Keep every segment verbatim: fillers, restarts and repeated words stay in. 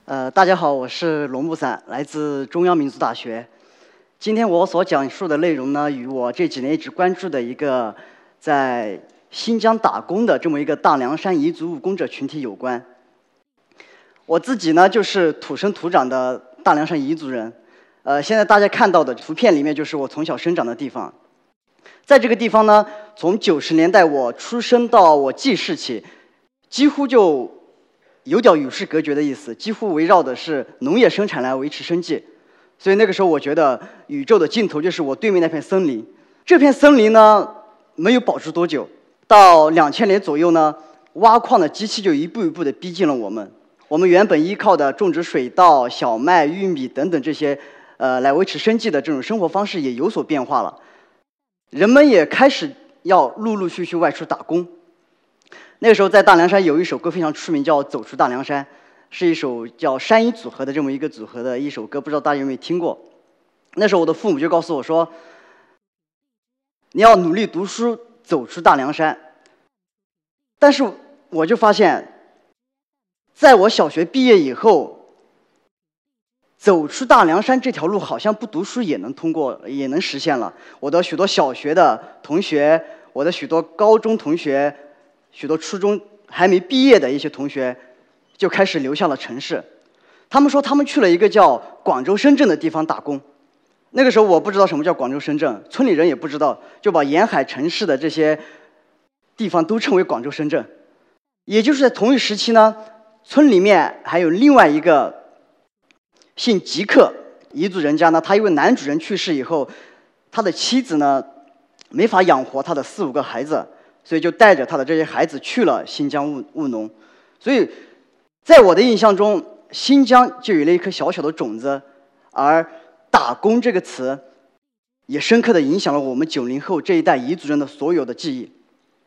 呃，大家好，我是罗木伞，来自中央民族大学。今天我所讲述的内容呢，与我这几年一直关注的一个在新疆打工的这么一个大凉山彝族务工者群体有关。我自己呢，就是土生土长的大凉山彝族人。呃，现在大家看到的图片里面，就是我从小生长的地方。在这个地方呢，从九十年代我出生到我记事起，几乎就有点与世隔绝的意思，几乎围绕的是农业生产来维持生计。所以那个时候我觉得宇宙的尽头就是我对面那片森林。这片森林呢没有保持多久，到两千年左右呢，挖矿的机器就一步一步的逼近了我们。我们原本依靠的种植水稻、小麦、玉米等等这些呃来维持生计的这种生活方式也有所变化了，人们也开始要陆陆续续外出打工。那个时候在大凉山有一首歌非常出名，叫《走出大凉山》，是一首叫山彝组合的这么一个组合的一首歌，不知道大家有没有听过。那时候我的父母就告诉我说，你要努力读书，走出大凉山。但是我就发现，在我小学毕业以后，走出大凉山这条路好像不读书也能通过，也能实现了。我的许多小学的同学，我的许多高中同学，许多初中还没毕业的一些同学就开始流向了城市。他们说他们去了一个叫广州深圳的地方打工。那个时候我不知道什么叫广州深圳，村里人也不知道，就把沿海城市的这些地方都称为广州深圳。也就是在同一时期呢，村里面还有另外一个姓吉克彝族人家呢，他一位男主人去世以后，他的妻子呢没法养活他的四五个孩子，所以就带着他的这些孩子去了新疆务务农。所以在我的印象中，新疆就有了一颗小小的种子，而打工这个词也深刻地影响了我们九零后这一代彝族人的所有的记忆。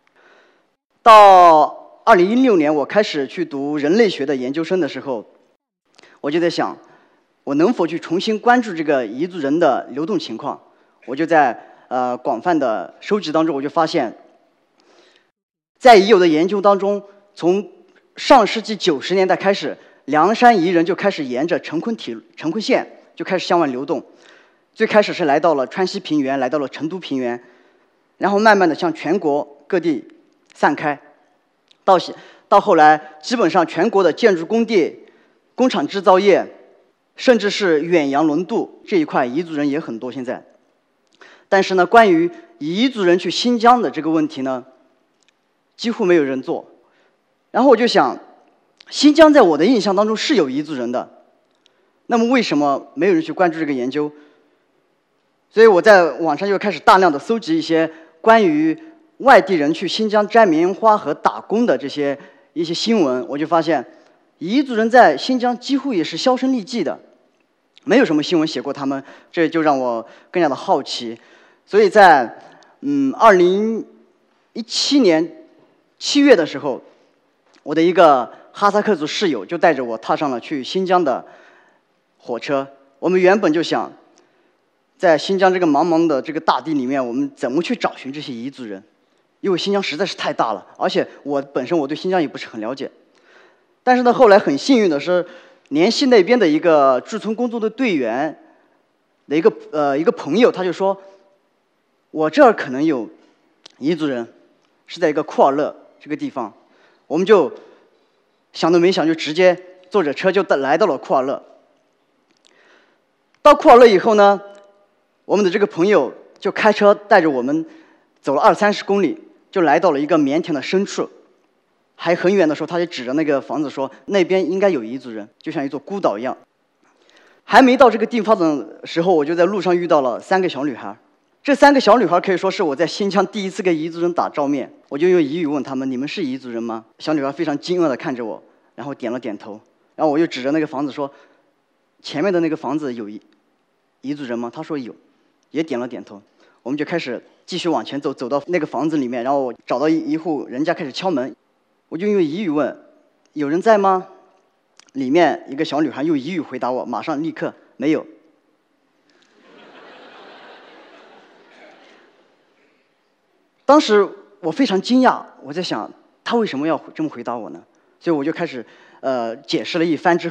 到二零一六年我开始去读人类学的研究生的时候，我就在想，我能否去重新关注这个彝族人的流动情况。我就在呃广泛的收集当中，我就发现在已有的研究当中，从上世纪九十年代开始，凉山彝人就开始沿着成昆铁成昆线就开始向外流动。最开始是来到了川西平原，来到了成都平原，然后慢慢的向全国各地散开，到到后来，基本上全国的建筑工地、工厂制造业，甚至是远洋轮渡这一块，彝族人也很多现在。但是呢，关于彝族人去新疆的这个问题呢，几乎没有人做。然后我就想，新疆在我的印象当中是有彝族人的，那么为什么没有人去关注这个研究？所以我在网上就开始大量的搜集一些关于外地人去新疆摘棉花和打工的这些一些新闻，我就发现彝族人在新疆几乎也是销声匿迹的，没有什么新闻写过他们，这就让我更加的好奇。所以在嗯二零一七年七月的时候，我的一个哈萨克族室友就带着我踏上了去新疆的火车。我们原本就想，在新疆这个茫茫的这个大地里面，我们怎么去找寻这些彝族人？因为新疆实在是太大了，而且我本身我对新疆也不是很了解。但是呢，后来很幸运的是，联系那边的一个驻村工作的队员的一个呃一个朋友，他就说，我这儿可能有彝族人，是在一个库尔勒这个地方。我们就想都没想，就直接坐着车就来到了库尔勒。到库尔勒以后呢，我们的这个朋友就开车带着我们走了二三十公里，就来到了一个棉田的深处。还很远的时候，他就指着那个房子说，那边应该有彝族人，就像一座孤岛一样。还没到这个地方的时候，我就在路上遇到了三个小女孩。这三个小女孩可以说是我在新疆第一次跟彝族人打照面。我就用彝语问他们，你们是彝族人吗？小女孩非常惊愕地看着我，然后点了点头。然后我又指着那个房子说，前面的那个房子有彝族人吗？她说有，也点了点头。我们就开始继续往前走，走到那个房子里面，然后我找到一一户人家开始敲门。我就用彝语问，有人在吗？里面一个小女孩用彝语回答我，马上立刻没有。当时我非常惊讶，我在想她为什么要这么回答我呢？所以我就开始呃解释了一番之后，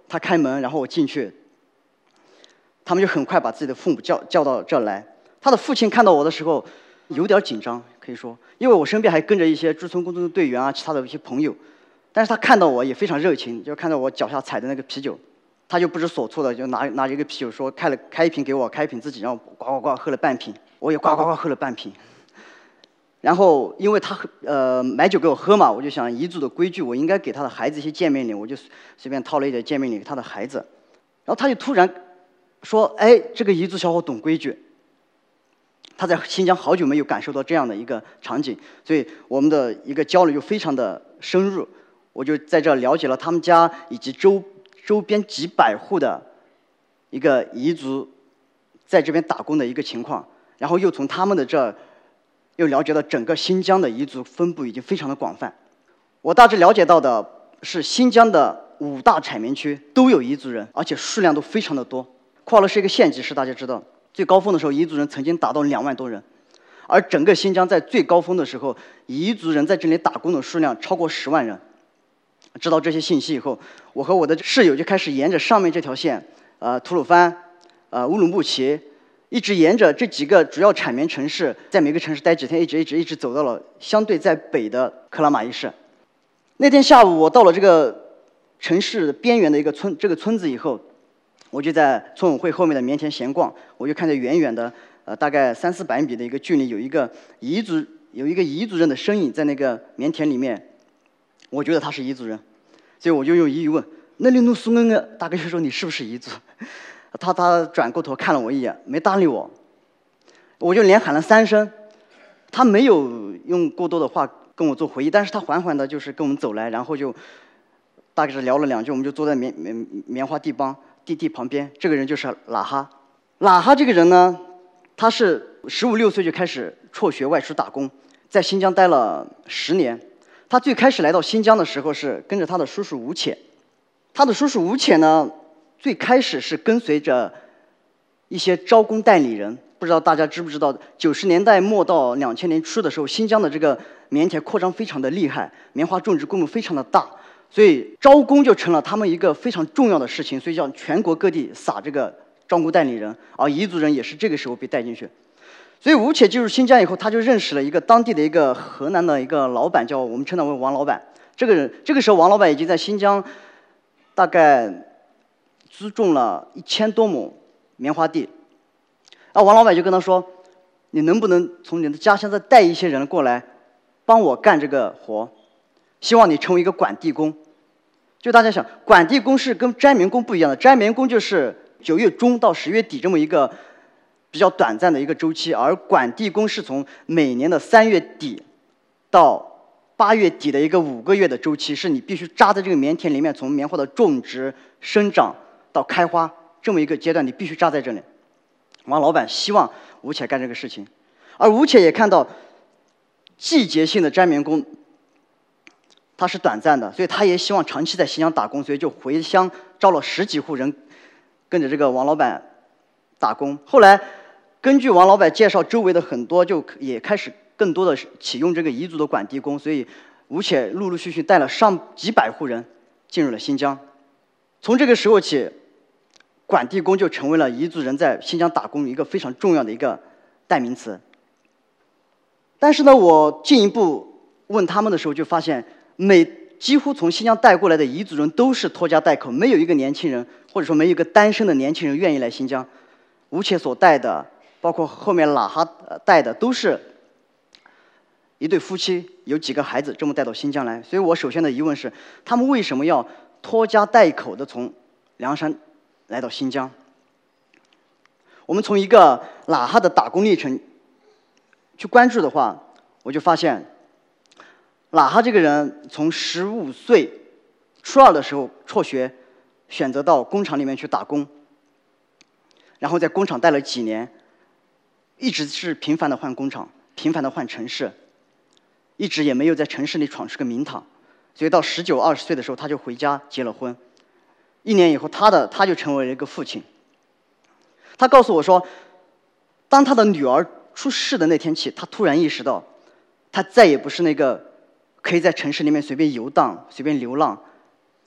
他开门，然后我进去，他们就很快把自己的父母叫叫到这儿来。他的父亲看到我的时候有点紧张，可以说，因为我身边还跟着一些驻村工作的队员啊，其他的一些朋友。但是他看到我也非常热情，就看到我脚下踩的那个啤酒，他就不知所措的就拿拿一个啤酒说开了开一瓶给我，开一瓶自己，然后呱呱呱喝了半瓶，我也呱呱呱喝了半瓶。然后因为他呃买酒给我喝嘛，我就想彝族的规矩，我应该给他的孩子一些见面礼，我就随便掏了一点见面礼给他的孩子。然后他就突然说：“哎，这个彝族小伙懂规矩。”他在新疆好久没有感受到这样的一个场景，所以我们的一个交流就非常的深入。我就在这了解了他们家以及周周边几百户的一个彝族在这边打工的一个情况，然后又从他们的这儿又了解到整个新疆的彝族分布已经非常的广泛。我大致了解到的是，新疆的五大产棉区都有彝族人，而且数量都非常的多。库尔勒是一个县级市，大家知道，最高峰的时候彝族人曾经达到两万多人，而整个新疆在最高峰的时候，彝族人在这里打工的数量超过十万人。知道这些信息以后，我和我的室友就开始沿着上面这条线，呃，吐鲁番，呃，乌鲁木齐，一直沿着这几个主要产棉城市，在每个城市待几天，一直一直一直走到了相对在北的克拉玛依市。那天下午，我到了这个城市边缘的一个村，这个村子以后，我就在村委会后面的棉田闲逛，我就看见远远的，呃，大概三四百米的一个距离，有一个彝族有一个彝族人的身影在那个棉田里面。我觉得他是彝族人，所以我就用彝语问：“那里努苏恩恩？”大概就说你是不是彝族？他他转过头看了我一眼，没搭理我。我就连喊了三声，他没有用过多的话跟我做回忆，但是他缓缓的就是跟我们走来，然后就大概是聊了两句，我们就坐在棉棉棉花地帮地地旁边。这个人就是喇哈。喇哈这个人呢，他是十五六岁就开始辍学外出打工，在新疆待了十年。他最开始来到新疆的时候是跟着他的叔叔吴且，他的叔叔吴且呢，最开始是跟随着一些招工代理人。不知道大家知不知道，九十年代末到两千年初的时候，新疆的这个棉田扩张非常的厉害，棉花种植规模非常的大，所以招工就成了他们一个非常重要的事情，所以叫全国各地撒这个招工代理人，而彝族人也是这个时候被带进去。所以吴且进入新疆以后，他就认识了一个当地的一个河南的一个老板，叫我们称他为王老板。这个人这个时候，王老板已经在新疆大概租种了一千多亩棉花地。啊，王老板就跟他说：“你能不能从你的家乡再带一些人过来，帮我干这个活？希望你成为一个管地工。”就大家想，管地工是跟摘棉工不一样的，摘棉工就是九月中到十月底这么一个比较短暂的一个周期，而管地工是从每年的三月底到八月底的一个五个月的周期，是你必须扎在这个棉田里面，从棉花的种植、生长到开花这么一个阶段，你必须扎在这里。王老板希望吴且干这个事情，而吴且也看到季节性的摘棉工它是短暂的，所以他也希望长期在新疆打工，所以就回乡招了十几户人跟着这个王老板打工。后来根据王老板介绍，周围的很多就也开始更多的启用这个彝族的管地工，所以吴且陆陆续续带了上几百户人进入了新疆。从这个时候起，管地工就成为了彝族人在新疆打工一个非常重要的一个代名词。但是呢，我进一步问他们的时候，就发现每几乎从新疆带过来的彝族人都是拖家带口，没有一个年轻人，或者说没有一个单身的年轻人愿意来新疆。吴且所带的，包括后面喇哈带的，都是一对夫妻，有几个孩子，这么带到新疆来。所以我首先的疑问是，他们为什么要拖家带口的从凉山来到新疆？我们从一个喇哈的打工历程去关注的话，我就发现，喇哈这个人从十五岁初二的时候辍学，选择到工厂里面去打工，然后在工厂待了几年，一直是频繁的换工厂，频繁的换城市，一直也没有在城市里闯出个名堂。所以到十九二十岁的时候，他就回家结了婚。一年以后，他的他就成为了一个父亲。他告诉我说，当他的女儿出世的那天起，他突然意识到，他再也不是那个可以在城市里面随便游荡、随便流浪，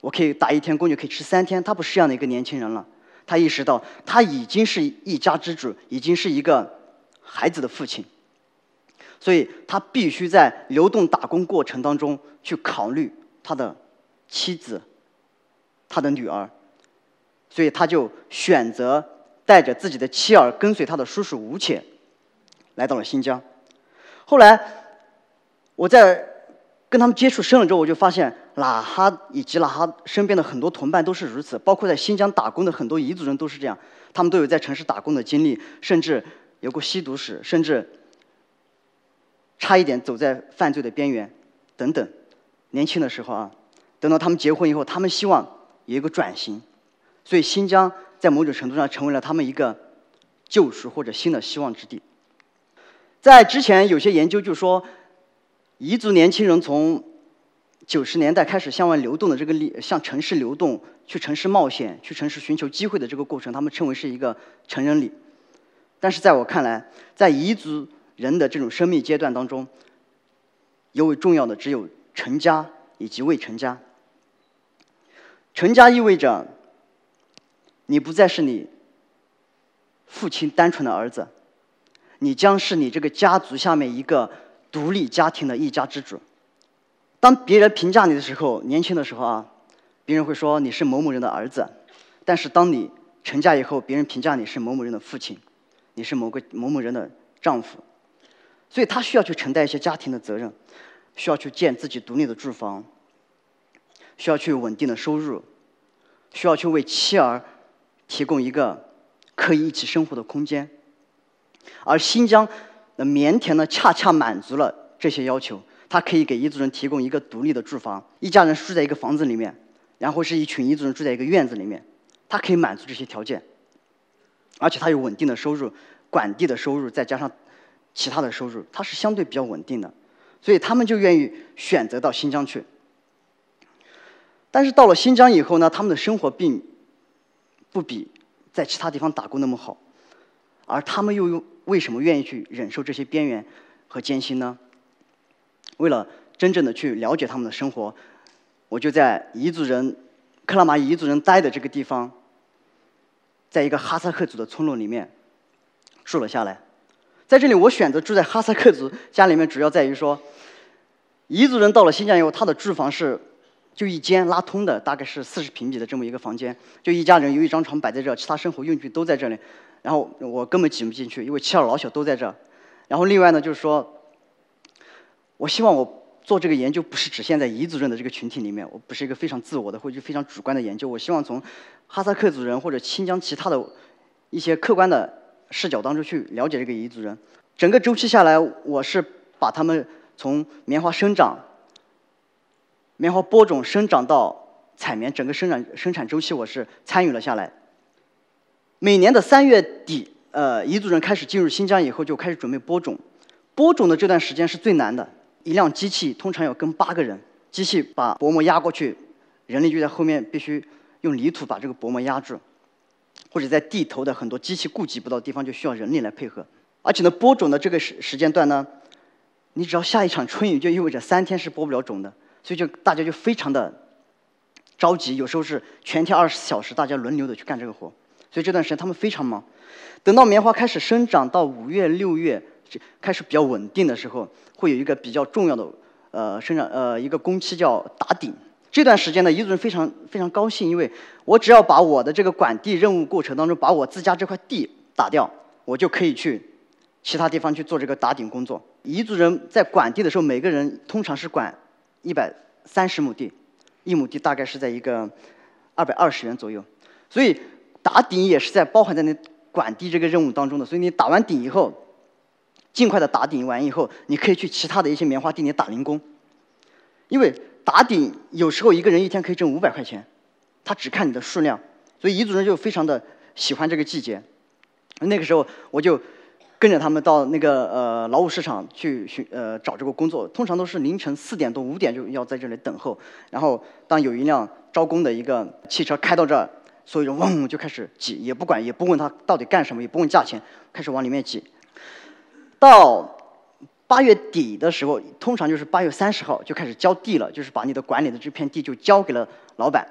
我可以打一天工就可以吃三天，他不是这样的一个年轻人了。他意识到他已经是一家之主，已经是一个孩子的父亲，所以他必须在流动打工过程当中去考虑他的妻子、他的女儿，所以他就选择带着自己的妻儿跟随他的叔叔吴且来到了新疆。后来我在跟他们接触深了之后，我就发现喇哈以及喇哈身边的很多同伴都是如此，包括在新疆打工的很多彝族人都是这样，他们都有在城市打工的经历，甚至有过吸毒史，甚至差一点走在犯罪的边缘等等。年轻的时候啊，等到他们结婚以后，他们希望有一个转型，所以新疆在某种程度上成为了他们一个救赎或者新的希望之地。在之前有些研究就说，彝族年轻人从九十年代开始向外流动的这个力，向城市流动，去城市冒险，去城市寻求机会的这个过程，他们称为是一个成人礼。但是在我看来，在彝族人的这种生命阶段当中，尤为重要的只有成家以及未成家。成家意味着你不再是你父亲单纯的儿子，你将是你这个家族下面一个独立家庭的一家之主。当别人评价你的时候，年轻的时候啊，别人会说你是某某人的儿子，但是当你成家以后，别人评价你是某某人的父亲，你是某个某某人的丈夫，所以他需要去承担一些家庭的责任，需要去建自己独立的住房，需要去有稳定的收入，需要去为妻儿提供一个可以一起生活的空间。而新疆的棉田呢，恰恰满足了这些要求。它可以给彝族人提供一个独立的住房，一家人住在一个房子里面，然后是一群彝族人住在一个院子里面，它可以满足这些条件，而且它有稳定的收入，管地的收入再加上其他的收入，它是相对比较稳定的，所以他们就愿意选择到新疆去。但是到了新疆以后呢，他们的生活并不比在其他地方打工那么好，而他们又为什么愿意去忍受这些边缘和艰辛呢？为了真正的去了解他们的生活，我就在彝族人克拉玛依彝族人待的这个地方，在一个哈萨克族的村落里面住了下来。在这里，我选择住在哈萨克族家里面，主要在于说，彝族人到了新疆以后，他的住房是就一间拉通的，大概是四十平米的这么一个房间，就一家人有一张床摆在这，其他生活用具都在这里。然后我根本挤不进去，因为妻儿老小都在这。然后另外呢，就是说，我希望我做这个研究不是只限在彝族人的这个群体里面，我不是一个非常自我的或者非常主观的研究，我希望从哈萨克族人或者新疆其他的一些客观的视角当中去了解这个彝族人。整个周期下来，我是把他们从棉花生长、棉花播种、生长到采棉，整个生产生产周期我是参与了下来。每年的三月底，呃，彝族人开始进入新疆以后，就开始准备播种。播种的这段时间是最难的。一辆机器通常要跟八个人，机器把薄膜压过去，人力就在后面必须用泥土把这个薄膜压住，或者在地头的很多机器顾及不到的地方，就需要人力来配合。而且呢，播种的这个时时间段呢，你只要下一场春雨，就意味着三天是播不了种的，所以就大家就非常的着急，有时候是全天二十四小时，大家轮流的去干这个活，所以这段时间他们非常忙。等到棉花开始生长到五月六月开始比较稳定的时候，会有一个比较重要的呃生长呃一个工期叫打顶。这段时间呢，彝族人非常非常高兴，因为我只要把我的这个管地任务过程当中把我自家这块地打掉，我就可以去其他地方去做这个打顶工作。彝族人在管地的时候，每个人通常是管一百三十亩地，一亩地大概是在一个二百二十元左右，所以打顶也是在包含在那管地这个任务当中的。所以你打完顶以后，尽快的打顶完以后，你可以去其他的一些棉花地里打零工，因为打顶有时候一个人一天可以挣五百块钱，他只看你的数量，所以彝族人就非常的喜欢这个季节。那个时候我就跟着他们到那个呃劳务市场去寻呃找这个工作，通常都是凌晨四点多五点就要在这里等候，然后当有一辆招工的一个汽车开到这儿，所有人嗡就开始挤，也不管也不问他到底干什么，也不问价钱，开始往里面挤。到八月底的时候，通常就是八月三十号就开始交地了，就是把你的管理的这片地就交给了老板，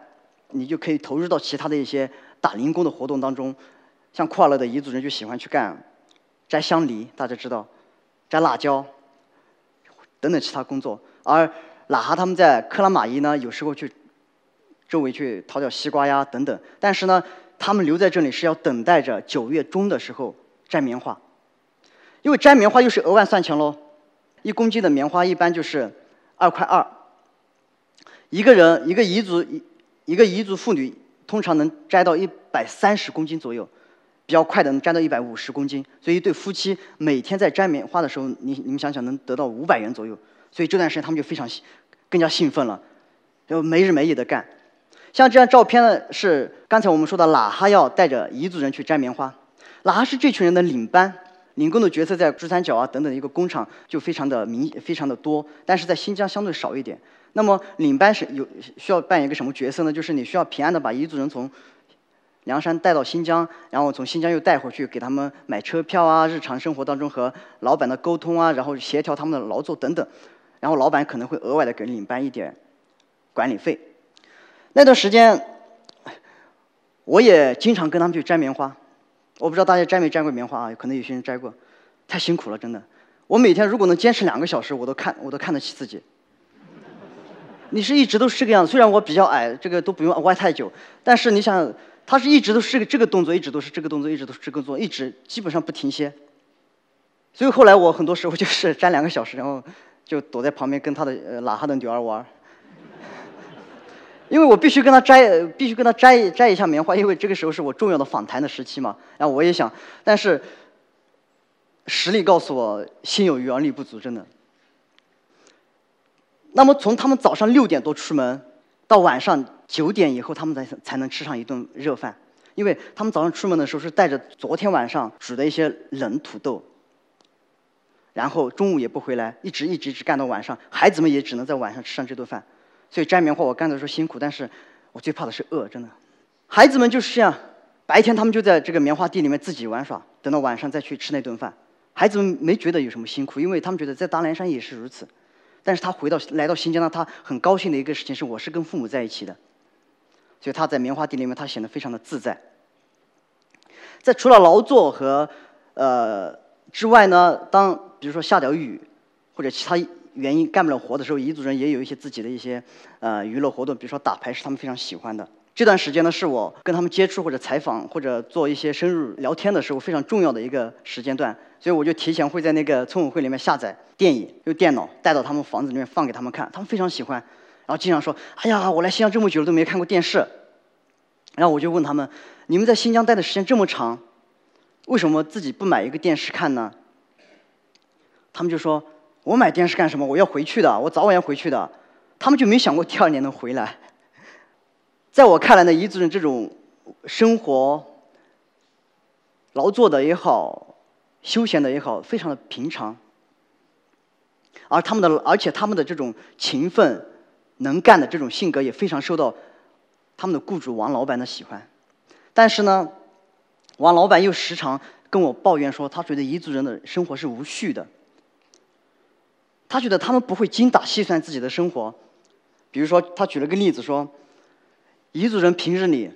你就可以投入到其他的一些打零工的活动当中。像库尔勒的彝族人就喜欢去干摘香梨，大家知道，摘辣椒等等其他工作。而喇哈他们在克拉玛依呢，有时候去周围去讨点西瓜呀等等。但是呢，他们留在这里是要等待着九月中的时候摘棉花，因为摘棉花又是额外算钱喽。一公斤的棉花一般就是二块二，一个人一个彝族一一个彝族妇女通常能摘到一百三十公斤左右。比较快的能摘到一百五十公斤，所以一对夫妻每天在摘棉花的时候，你你们想想能得到五百元左右，所以这段时间他们就非常更加兴奋了，就没日没夜的干。像这张照片呢，是刚才我们说的喇哈要带着彝族人去摘棉花，喇哈是这群人的领班，领工的角色在珠三角啊等等一个工厂就非常的明非常的多，但是在新疆相对少一点。那么领班是有需要扮演一个什么角色呢？就是你需要平安的把彝族人从凉山带到新疆，然后从新疆又带回去，给他们买车票啊，日常生活当中和老板的沟通啊，然后协调他们的劳作等等，然后老板可能会额外的给领班一点管理费。那段时间，我也经常跟他们去摘棉花，我不知道大家摘没摘过棉花啊？可能有些人摘过，太辛苦了，真的。我每天如果能坚持两个小时，我都看我都看得起自己。你是一直都是这个样子，虽然我比较矮，这个都不用歪太久，但是你想。他是一直都是这个这个动作，一直都是这个动作，一直都是这个动作，一直基本上不停歇。所以后来我很多时候就是摘两个小时，然后就躲在旁边跟他的呃喇哈的女儿玩，因为我必须跟他摘，必须跟他摘摘一下棉花，因为这个时候是我重要的访谈的时期嘛。然后我也想，但是实力告诉我，心有余而力不足，真的。那么从他们早上六点多出门，到晚上九点以后，他们才才能吃上一顿热饭，因为他们早上出门的时候是带着昨天晚上煮的一些冷土豆，然后中午也不回来，一直一直一直干到晚上，孩子们也只能在晚上吃上这顿饭。所以摘棉花我干的时候辛苦，但是我最怕的是饿，真的。孩子们就是这样，白天他们就在这个棉花地里面自己玩耍，等到晚上再去吃那顿饭。孩子们没觉得有什么辛苦，因为他们觉得在大凉山也是如此。但是他回到来到新疆呢，他很高兴的一个事情是，我是跟父母在一起的。所以他在棉花地里面，他显得非常的自在。在除了劳作和呃之外呢，当比如说下点雨或者其他原因干不了活的时候，彝族人也有一些自己的一些呃娱乐活动，比如说打牌是他们非常喜欢的。这段时间呢，是我跟他们接触或者采访或者做一些深入聊天的时候非常重要的一个时间段，所以我就提前会在那个村委会里面下载电影，用电脑带到他们房子里面放给他们看，他们非常喜欢。然后经常说：“哎呀，我来新疆这么久了都没看过电视。”然后我就问他们：“你们在新疆待的时间这么长，为什么自己不买一个电视看呢？”他们就说：“我买电视干什么？我要回去的，我早晚要回去的。”他们就没想过第二年能回来。在我看来呢，彝族人这种生活、劳作的也好，休闲的也好，非常的平常。而他们的，而且他们的这种勤奋、能干的这种性格也非常受到他们的雇主王老板的喜欢。但是呢，王老板又时常跟我抱怨说，他觉得彝族人的生活是无序的。他觉得他们不会精打细算自己的生活。比如说，他举了个例子说，彝族人平日里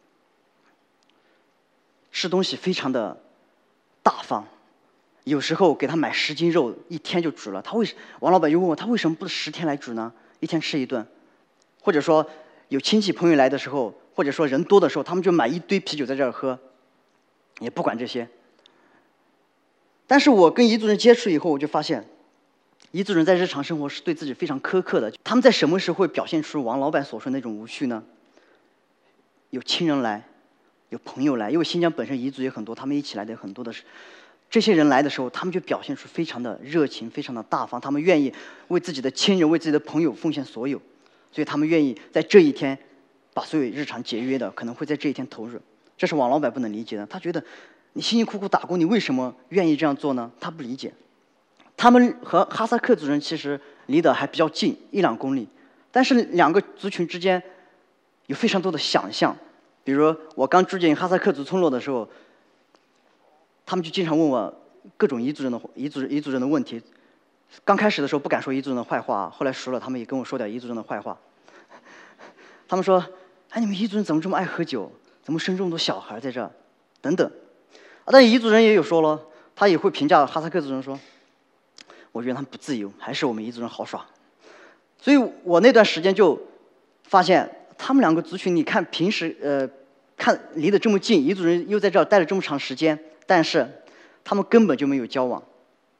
吃东西非常的大方，有时候给他买十斤肉，一天就煮了。他为王老板就问我，他为什么不十天来煮呢？一天吃一顿。或者说有亲戚朋友来的时候，或者说人多的时候，他们就买一堆啤酒在这儿喝，也不管这些。但是我跟彝族人接触以后，我就发现，彝族人在日常生活是对自己非常苛刻的。他们在什么时候会表现出王老板所说的那种无序呢？有亲人来，有朋友来，因为新疆本身彝族也很多，他们一起来的很多的是。这些人来的时候，他们就表现出非常的热情，非常的大方，他们愿意为自己的亲人、为自己的朋友奉献所有，所以他们愿意在这一天把所有日常节约的，可能会在这一天投入。这是王老板不能理解的，他觉得你辛辛苦苦打工，你为什么愿意这样做呢？他不理解。他们和哈萨克族人其实离得还比较近，一两公里，但是两个族群之间有非常多的想象。比如我刚住进哈萨克族村落的时候，他们就经常问我各种彝族人的彝族彝族人的问题。刚开始的时候不敢说彝族人的坏话，后来熟了，他们也跟我说点彝族人的坏话。他们说：“ 哎，你们彝族人怎么这么爱喝酒？怎么生这么多小孩在这儿？等等。啊，但彝族人也有说了，他也会评价哈萨克族人说，我觉得他们不自由，还是我们彝族人好耍。所以我那段时间就发现，他们两个族群，你看平时呃看离得这么近，彝族人又在这儿待了这么长时间，但是他们根本就没有交往。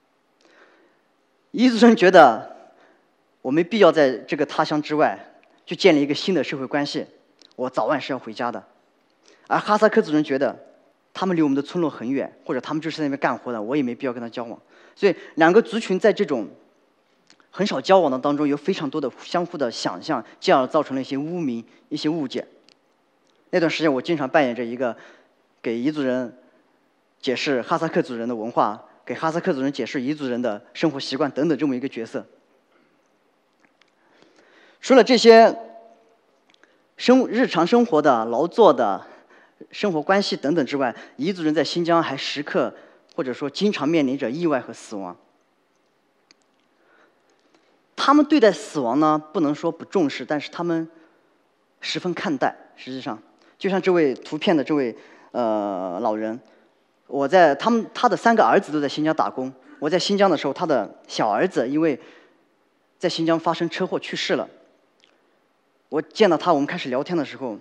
彝族人觉得我没必要在这个他乡之外去建立一个新的社会关系，我早晚是要回家的。而哈萨克族人觉得他们离我们的村落很远，或者他们就是在那边干活的，我也没必要跟他交往。所以两个族群在这种很少交往的当中，有非常多的相互的想象，进而造成了一些污名、一些误解。那段时间，我经常扮演着一个给彝族人解释哈萨克族人的文化，给哈萨克族人解释彝族人的生活习惯等等这么一个角色。除了这些生日常生活的、劳作的、生活关系等等之外，彝族人在新疆还时刻或者说经常面临着意外和死亡。他们对待死亡呢，不能说不重视，但是他们十分看待。实际上，就像这位图片的这位呃老人，我在他们他的三个儿子都在新疆打工。我在新疆的时候，他的小儿子因为在新疆发生车祸去世了。我见到他，我们开始聊天的时候，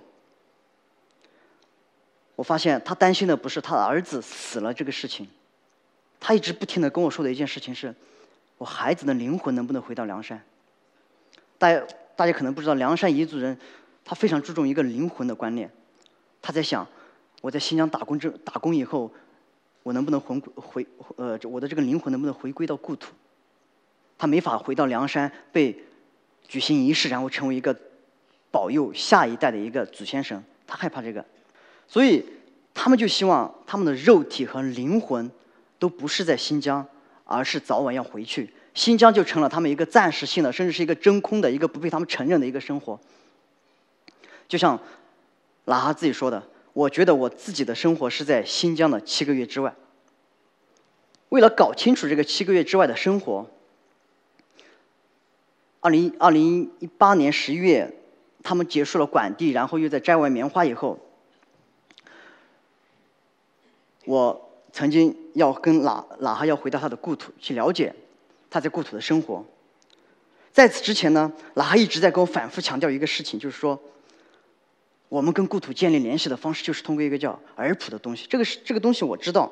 我发现他担心的不是他的儿子死了这个事情，他一直不停地跟我说的一件事情是，我孩子的灵魂能不能回到凉山？大家大家可能不知道，凉山彝族人他非常注重一个灵魂的观念。他在想，我在新疆打工这打工以后，我能不能回回呃我的这个灵魂能不能回归到故土？他没法回到凉山被举行仪式，然后成为一个保佑下一代的一个祖先神，他害怕这个，所以他们就希望他们的肉体和灵魂都不是在新疆，而是早晚要回去。新疆就成了他们一个暂时性的，甚至是一个真空的、一个不被他们承认的一个生活。就像拉哈自己说的，我觉得我自己的生活是在新疆的七个月之外。为了搞清楚这个七个月之外的生活，二零二零一八年十一月，他们结束了管地，然后又在摘完棉花以后，我曾经要跟拉拉哈要回到他的故土去了解他在故土的生活。在此之前呢，拉哈一直在跟我反复强调一个事情，就是说，我们跟故土建立联系的方式就是通过一个叫尔普的东西。这个是这个东西我知道，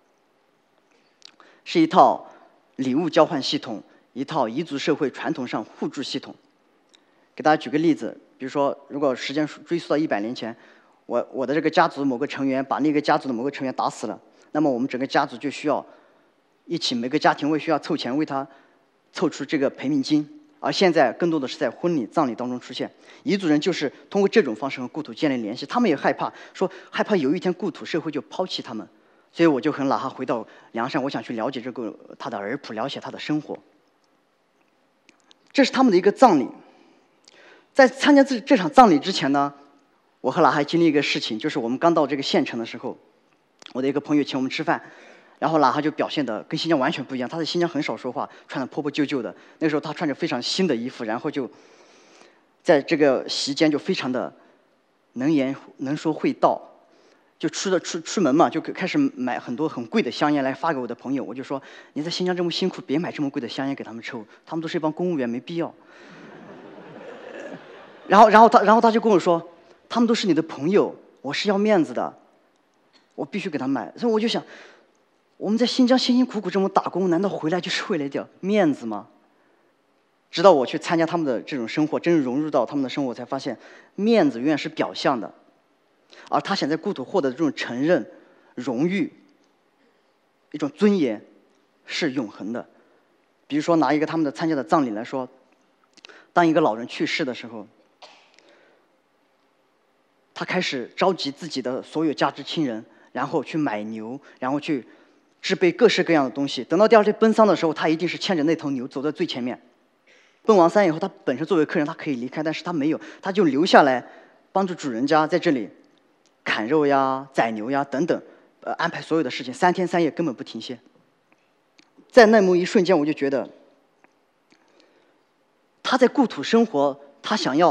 是一套礼物交换系统，一套彝族社会传统上互助系统。给大家举个例子，比如说，如果时间追溯到一百年前，我我的这个家族某个成员把那个家族的某个成员打死了，那么我们整个家族就需要一起，每个家庭为需要凑钱为他凑出这个赔命金。而现在更多的是在婚礼、葬礼当中出现。彝族人就是通过这种方式和故土建立联系，他们也害怕说害怕有一天故土社会就抛弃他们，所以我就很拉哈回到凉山，我想去了解这个他的儿谱，了解他的生活。这是他们的一个葬礼。在参加这这场葬礼之前呢，我和拉哈经历一个事情，就是我们刚到这个县城的时候，我的一个朋友请我们吃饭，然后拉哈就表现的跟新疆完全不一样。他在新疆很少说话，穿的破破旧旧的。那个时候他穿着非常新的衣服，然后就在这个席间就非常的能言能说会道，就出的出出门嘛，就开始买很多很贵的香烟来发给我的朋友。我就说，你在新疆这么辛苦，别买这么贵的香烟给他们抽，他们都是一帮公务员，没必要。然后，然后他，然后他就跟我说，他们都是你的朋友，我是要面子的，我必须给他买。所以我就想，我们在新疆辛辛苦苦这么打工，难道回来就是为了一点面子吗？直到我去参加他们的这种生活，真正融入到他们的生活，我才发现，面子永远是表象的，而他想在故土获得的这种承认、荣誉、一种尊严，是永恒的。比如说，拿一个他们的参加的葬礼来说，当一个老人去世的时候，他开始召集自己的所有家知亲人，然后去买牛，然后去制备各式各样的东西。等到第二天奔丧的时候，他一定是牵着那头牛走在最前面。奔完丧以后，他本身作为客人，他可以离开，但是他没有，他就留下来帮助主人家在这里砍肉呀、宰牛呀等等，呃，安排所有的事情，三天三夜根本不停歇。在那么一瞬间，我就觉得他在故土生活，他想要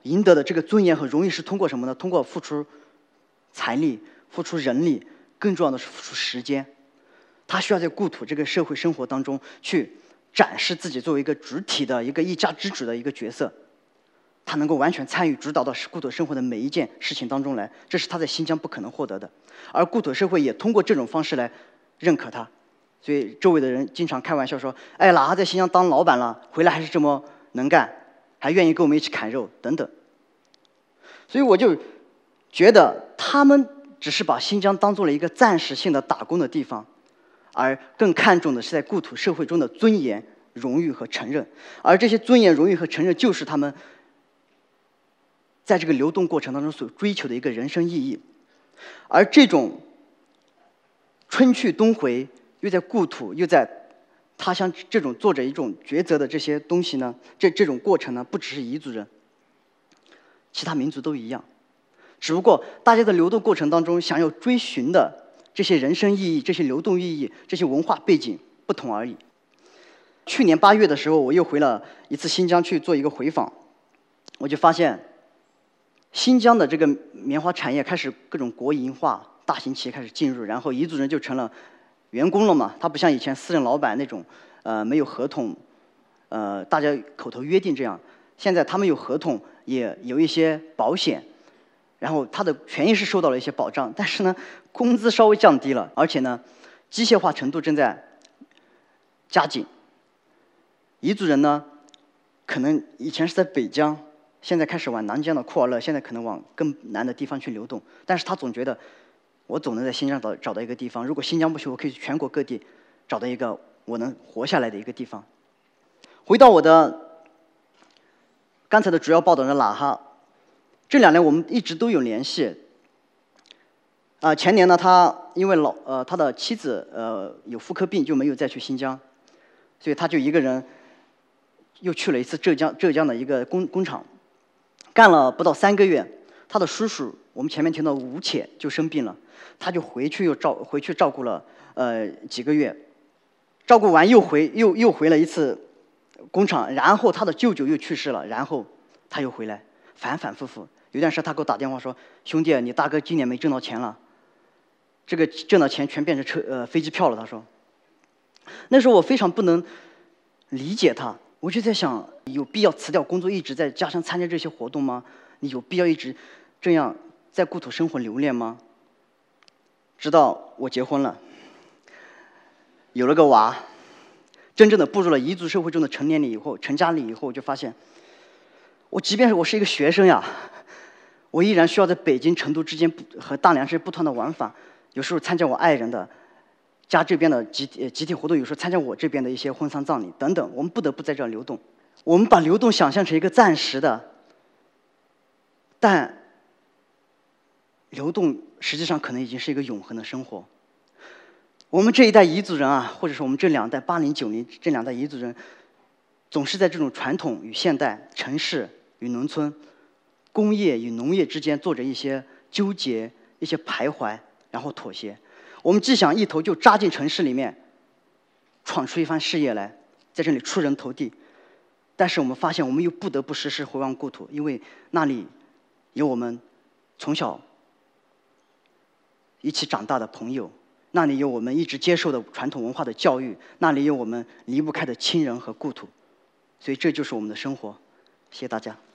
赢得的这个尊严和荣誉是通过什么呢？通过付出财力、付出人力，更重要的是付出时间。他需要在故土这个社会生活当中去展示自己作为一个主体的一个一家之主的一个角色，他能够完全参与主导到故土生活的每一件事情当中来，这是他在新疆不可能获得的。而故土社会也通过这种方式来认可他，所以周围的人经常开玩笑说：“哎，哪哈在新疆当老板了，回来还是这么能干，还愿意跟我们一起砍肉等等。”所以我就觉得他们只是把新疆当做了一个暂时性的打工的地方，而更看重的是在故土社会中的尊严、荣誉和承认。而这些尊严、荣誉和承认，就是他们在这个流动过程当中所追求的一个人生意义。而这种春去冬回，又在故土又在他乡这种做着一种抉择的这些东西呢，这这种过程呢，不只是彝族人，其他民族都一样。只不过大家的流动过程当中想要追寻的这些人生意义、这些流动意义、这些文化背景不同而已。去年八月的时候，我又回了一次新疆去做一个回访，我就发现新疆的这个棉花产业开始各种国营化，大型企业开始进入，然后彝族人就成了员工了嘛。他不像以前私人老板那种，呃，没有合同，呃，大家口头约定这样。现在他们有合同，也有一些保险，然后他的权益是受到了一些保障，但是呢，工资稍微降低了，而且呢，机械化程度正在加紧。彝族人呢，可能以前是在北疆，现在开始往南疆的库尔勒，现在可能往更南的地方去流动。但是他总觉得，我总能在新疆找找到一个地方。如果新疆不行，我可以去全国各地找到一个我能活下来的一个地方。回到我的刚才的主要报道的喇哈，这两年我们一直都有联系。啊、呃，前年呢，他因为老呃他的妻子呃有妇科病，就没有再去新疆，所以他就一个人又去了一次浙江浙江的一个工工厂，干了不到三个月，他的叔叔我们前面听到吴且就生病了，他就回去又照回去照顾了呃几个月，照顾完又回又又回了一次工厂，然后他的舅舅又去世了，然后他又回来，反反复复。有段时间他给我打电话说：“兄弟，你大哥今年没挣到钱了，这个挣到钱全变成车呃飞机票了。”他说，那时候我非常不能理解他，我就在想，有必要辞掉工作一直在家乡参加这些活动吗？你有必要一直这样在故土生活留恋吗？直到我结婚了，有了个娃，真正的步入了彝族社会中的成年礼以后，成家礼以后，我就发现，我即便是我是一个学生呀，我依然需要在北京、成都之间和大连这些不同的往返，有时候参加我爱人的家这边的集体集体活动，有时候参加我这边的一些婚丧葬礼等等，我们不得不在这儿流动。我们把流动想象成一个暂时的，但流动实际上可能已经是一个永恒的生活。我们这一代彝族人啊，或者是我们这两代八零九零这两代彝族人，总是在这种传统与现代、城市与农村、工业与农业之间做着一些纠结、一些徘徊，然后妥协。我们既想一头就扎进城市里面，闯出一番事业来，在这里出人头地，但是我们发现我们又不得不时时回望故土，因为那里有我们从小一起长大的朋友，那里有我们一直接受的传统文化的教育，那里有我们离不开的亲人和故土，所以这就是我们的生活。谢谢大家。